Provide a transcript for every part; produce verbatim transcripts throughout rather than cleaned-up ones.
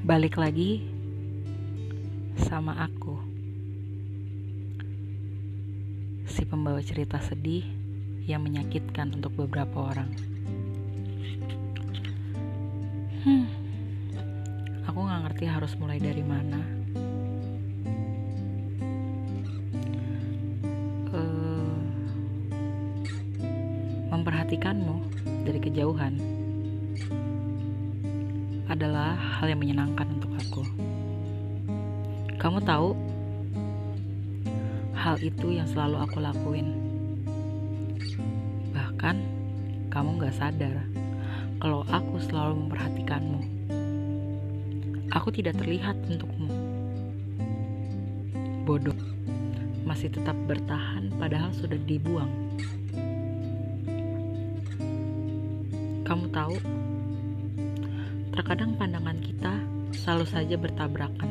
Balik lagi sama aku, si pembawa cerita sedih yang menyakitkan untuk beberapa orang. Hmm, aku gak ngerti harus mulai dari mana. Uh, memperhatikanmu dari kejauhan adalah hal yang menyenangkan untuk aku. Kamu tahu, hal itu yang selalu aku lakuin. Bahkan, kamu gak sadar kalau aku selalu memperhatikanmu. Aku tidak terlihat untukmu. Bodoh, masih tetap bertahan padahal sudah dibuang. Kamu tahu, terkadang pandangan kita selalu saja bertabrakan.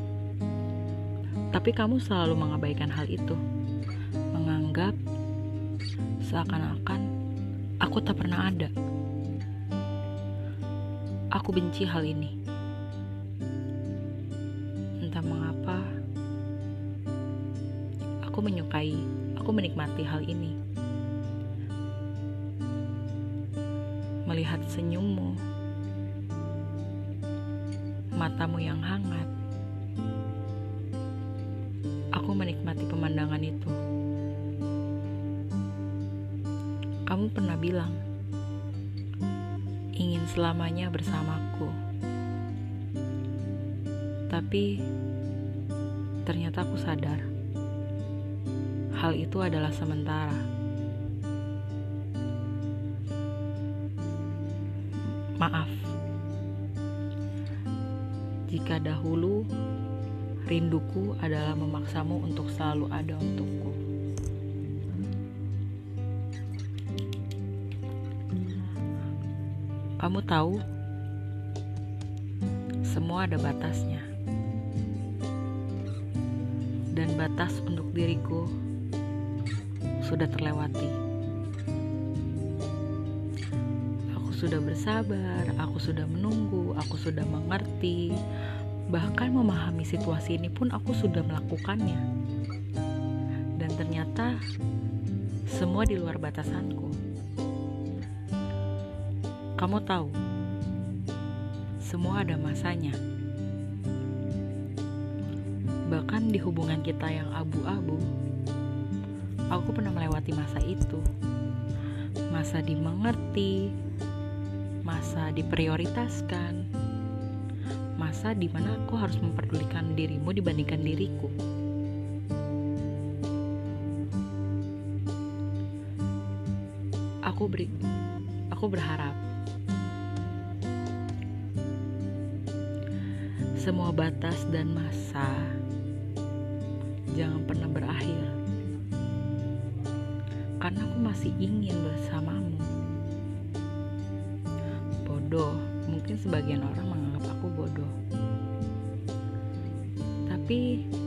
Tapi kamu selalu mengabaikan hal itu, menganggap seakan-akan aku tak pernah ada. Aku benci hal ini. Entah mengapa, aku menyukai, aku menikmati hal ini. Melihat senyummu, matamu yang hangat, aku menikmati pemandangan itu. Kamu pernah bilang ingin selamanya bersamaku, tapi ternyata aku sadar hal itu adalah sementara. Maaf jika dahulu rinduku adalah memaksamu untuk selalu ada untukku. Kamu tahu, semua ada batasnya. Dan batas untuk diriku sudah terlewati. Aku sudah bersabar, aku sudah menunggu, aku sudah mengerti. Bahkan memahami situasi ini pun aku sudah melakukannya. Dan ternyata semua di luar batasanku. Kamu tahu, semua ada masanya. Bahkan di hubungan kita yang abu-abu, aku pernah melewati masa itu. Masa dimengerti, masa diprioritaskan, masa di mana aku harus memperdulikan dirimu dibandingkan diriku. Aku beri, aku berharap semua batas dan masa jangan pernah berakhir, karena aku masih ingin bersamamu. Bodoh, mungkin sebagian orang menganggap aku bodoh, tapi